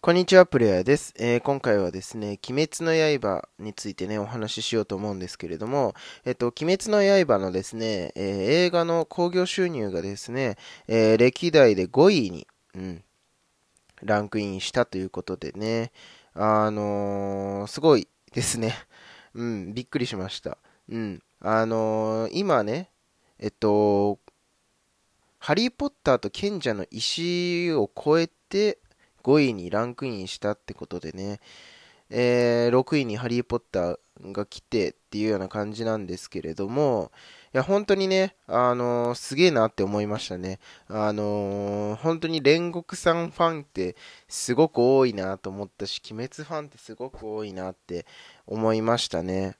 こんにちは、プレイヤーです。今回はですね、鬼滅の刃についてね、お話ししようと思うんですけれども、鬼滅の刃のですね、映画の興行収入がですね、歴代で5位に、ランクインしたということでね、すごいですね。びっくりしました。今ね、えっと、ハリー・ポッターと賢者の石を超えて5位にランクインしたってことでね、6位にハリー・ポッターが来てっていうような感じなんですけれども、いや、本当にね、すげえなって思いましたね。本当に煉獄さんファンってすごく多いなと思ったし、鬼滅ファンってすごく多いなって思いましたね。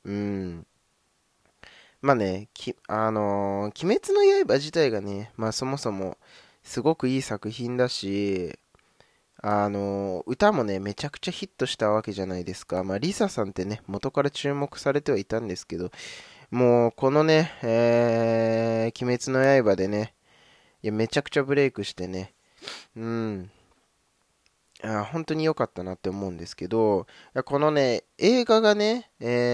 まあね、鬼滅の刃自体がね、まあそもそもすごくいい作品だし、歌もね、めちゃくちゃヒットしたわけじゃないですか。まあ、リサさんってね、元から注目されてはいたんですけど、もう、このね、鬼滅の刃でね、いや、めちゃくちゃブレイクしてね、うん、本当に良かったなって思うんですけど、いやこのね、映画がね、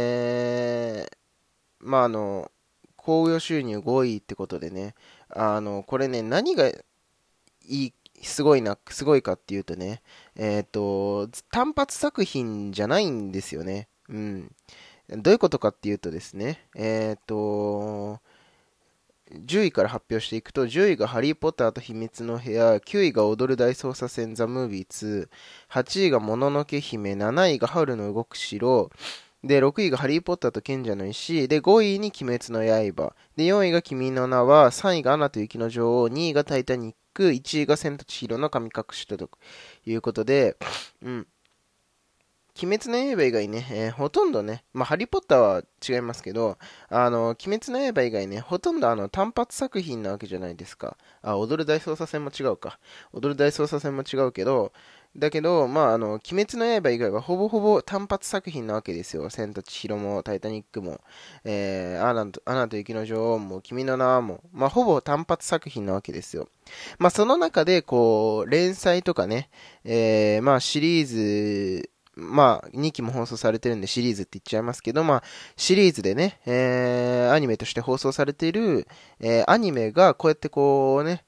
まあ、興行収入5位ってことでね、これね、何がいい、すごいかっていうとね、単発作品じゃないんですよね。どういうことかっていうとですね、10位から発表していくと、10位がハリー・ポッターと秘密の部屋、9位が踊る大捜査線ザ・ムービー2、8位がもののけ姫、7位がハウルの動く城、で、6位がハリー・ポッターと賢者の石、で、5位に鬼滅の刃、で、4位が君の名は、3位がアナと雪の女王、2位がタイタニック、1位が千と千尋の神隠しということで、うん、鬼滅の刃以外ね、ほとんどね、まあ、ハリー・ポッターは違いますけど、鬼滅の刃以外ね、ほとんど単発作品なわけじゃないですか。踊る大捜査線も違うか。踊る大捜査線も違うけど、だけど、まあ、鬼滅の刃以外はほぼほぼ単発作品なわけですよ。千と千尋も、タイタニックも、アナと雪の女王も、君の名はも、まあ、ほぼ単発作品なわけですよ。まあ、その中で、こう、連載とかね、まあ、シリーズ、まあ、2期も放送されてるんでシリーズって言っちゃいますけど、まあ、シリーズでね、アニメとして放送されている、アニメがこうやってこうね、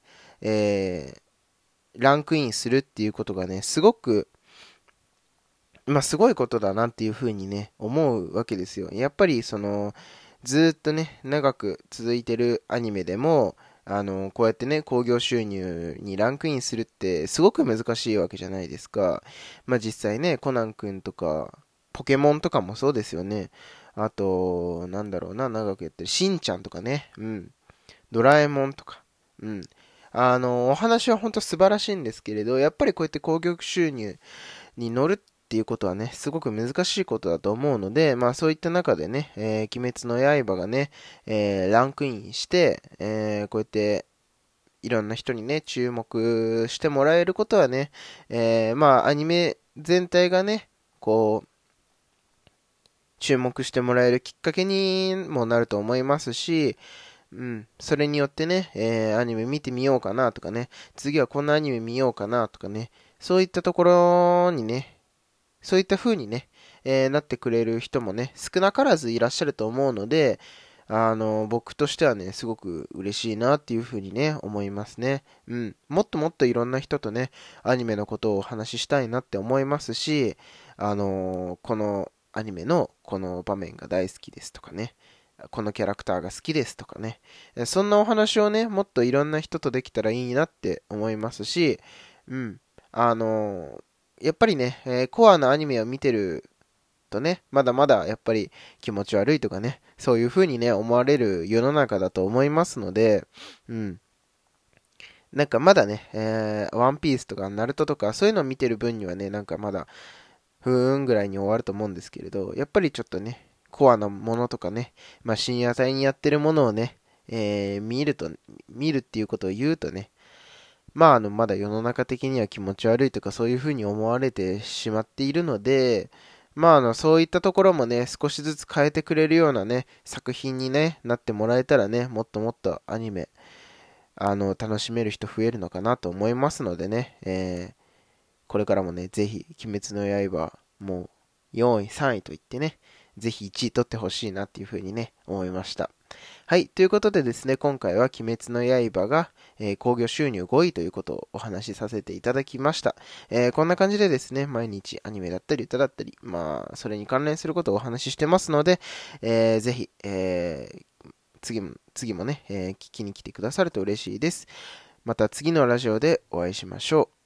ランクインするっていうことがね、すごく、まあ、すごいことだなっていうふうにね、思うわけですよ。やっぱり、ずーっとね、長く続いてるアニメでも、こうやってね、興行収入にランクインするってすごく難しいわけじゃないですか。まあ実際ね、コナン君とか、ポケモンとかもそうですよね。あと、なんだろうな、長くやってる、しんちゃんとかね、ドラえもんとか、うん。お話は本当素晴らしいんですけれど、やっぱりこうやって興行収入に乗るっていうことはね、すごく難しいことだと思うので、まあそういった中でね、鬼滅の刃がね、ランクインして、こうやっていろんな人にね、注目してもらえることはね、まあアニメ全体がね、こう、注目してもらえるきっかけにもなると思いますし、それによってね、アニメ見てみようかなとかね、次はこんなアニメ見ようかなとかね、そういったところにね、そういった風にね、なってくれる人もね、少なからずいらっしゃると思うので、僕としてはね、すごく嬉しいなっていう風にね、思いますね。もっともっといろんな人とね、アニメのことをお話ししたいなって思いますし、このアニメのこの場面が大好きですとかね、このキャラクターが好きですとかね、そんなお話をね、もっといろんな人とできたらいいなって思いますし、うん、あのーやっぱりね、コアなアニメを見てるとね、まだまだやっぱり気持ち悪いとかね、そういう風にね、思われる世の中だと思いますので、うん。なんかまだね、ワンピースとかナルトとかそういうのを見てる分にはね、なんかまだ、ふーんぐらいに終わると思うんですけれど、やっぱりちょっとね、コアなものとかね、まあ深夜帯にやってるものをね、見るっていうことを言うとね、まあ、まだ世の中的には気持ち悪いとかそういうふうに思われてしまっているので、まあ、そういったところもね、少しずつ変えてくれるようなね、作品にね、なってもらえたらね、もっともっとアニメ、楽しめる人増えるのかなと思いますのでね、 これからもね、ぜひ、鬼滅の刃、もう、4位、3位と言ってね、ぜひ1位取ってほしいなっていうふうにね、思いました。はい。ということでですね、今回は鬼滅の刃が、興行収入5位ということをお話しさせていただきました。こんな感じでですね、毎日アニメだったり歌だったり、それに関連することをお話ししてますので、ぜひ、次もね、聞きに来てくださると嬉しいです。また次のラジオでお会いしましょう。